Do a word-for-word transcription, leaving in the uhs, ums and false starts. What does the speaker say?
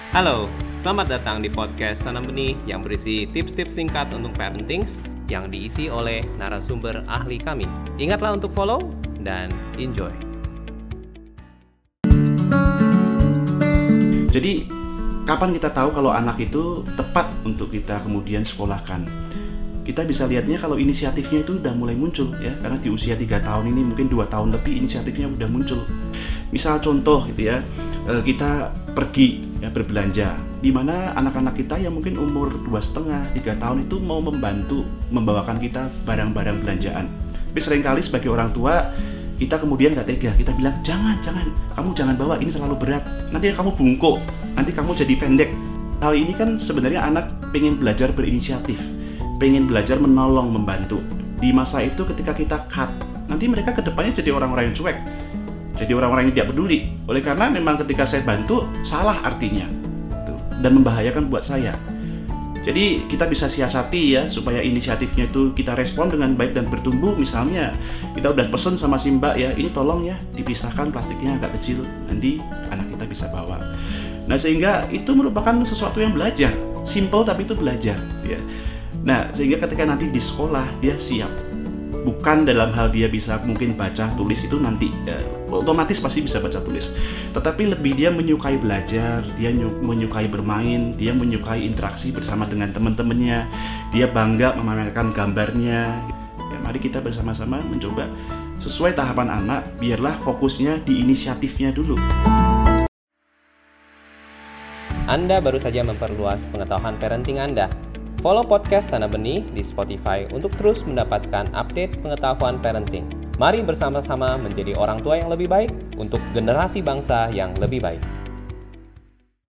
Halo, selamat datang di podcast Tanam Benih yang berisi tips-tips singkat untuk parenting yang diisi oleh narasumber ahli kami. Ingatlah untuk follow dan enjoy. Jadi, kapan kita tahu kalau anak itu tepat untuk kita kemudian sekolahkan? Kita bisa lihatnya kalau inisiatifnya itu udah mulai muncul ya, karena di usia tiga tahun ini mungkin dua tahun lebih inisiatifnya udah muncul. Misal contoh gitu ya, kita pergi ya berbelanja, di mana anak-anak kita yang mungkin umur dua setengah, tiga tahun itu mau membantu membawakan kita barang-barang belanjaan. Tapi seringkali sebagai orang tua kita kemudian gak tega, kita bilang jangan, jangan, kamu jangan bawa, ini terlalu berat, nanti kamu bungkuk, nanti kamu jadi pendek. Hal ini kan sebenarnya anak pengen belajar berinisiatif, pengen belajar menolong, membantu. Di masa itu ketika kita cut, nanti mereka kedepannya jadi orang-orang yang cuek, jadi orang-orang yang tidak peduli. Oleh karena memang ketika saya bantu, salah artinya dan membahayakan buat saya. Jadi kita bisa siasati ya supaya inisiatifnya itu kita respon dengan baik dan bertumbuh. Misalnya kita udah pesen sama si mbak ya, ini tolong ya dipisahkan plastiknya agak kecil, nanti anak kita bisa bawa. Nah sehingga itu merupakan sesuatu yang belajar, simple tapi itu belajar ya. Nah sehingga ketika nanti di sekolah dia siap, bukan dalam hal dia bisa mungkin baca tulis itu nanti ya, otomatis pasti bisa baca tulis, tetapi lebih dia menyukai belajar, dia menyukai bermain, dia menyukai interaksi bersama dengan teman-temannya, dia bangga memamerkan gambarnya ya. Mari kita bersama-sama mencoba sesuai tahapan anak, biarlah fokusnya di inisiatifnya dulu. Anda baru saja memperluas pengetahuan parenting Anda. Follow podcast Tanam Benih di Spotify untuk terus mendapatkan update pengetahuan parenting. Mari bersama-sama menjadi orang tua yang lebih baik untuk generasi bangsa yang lebih baik.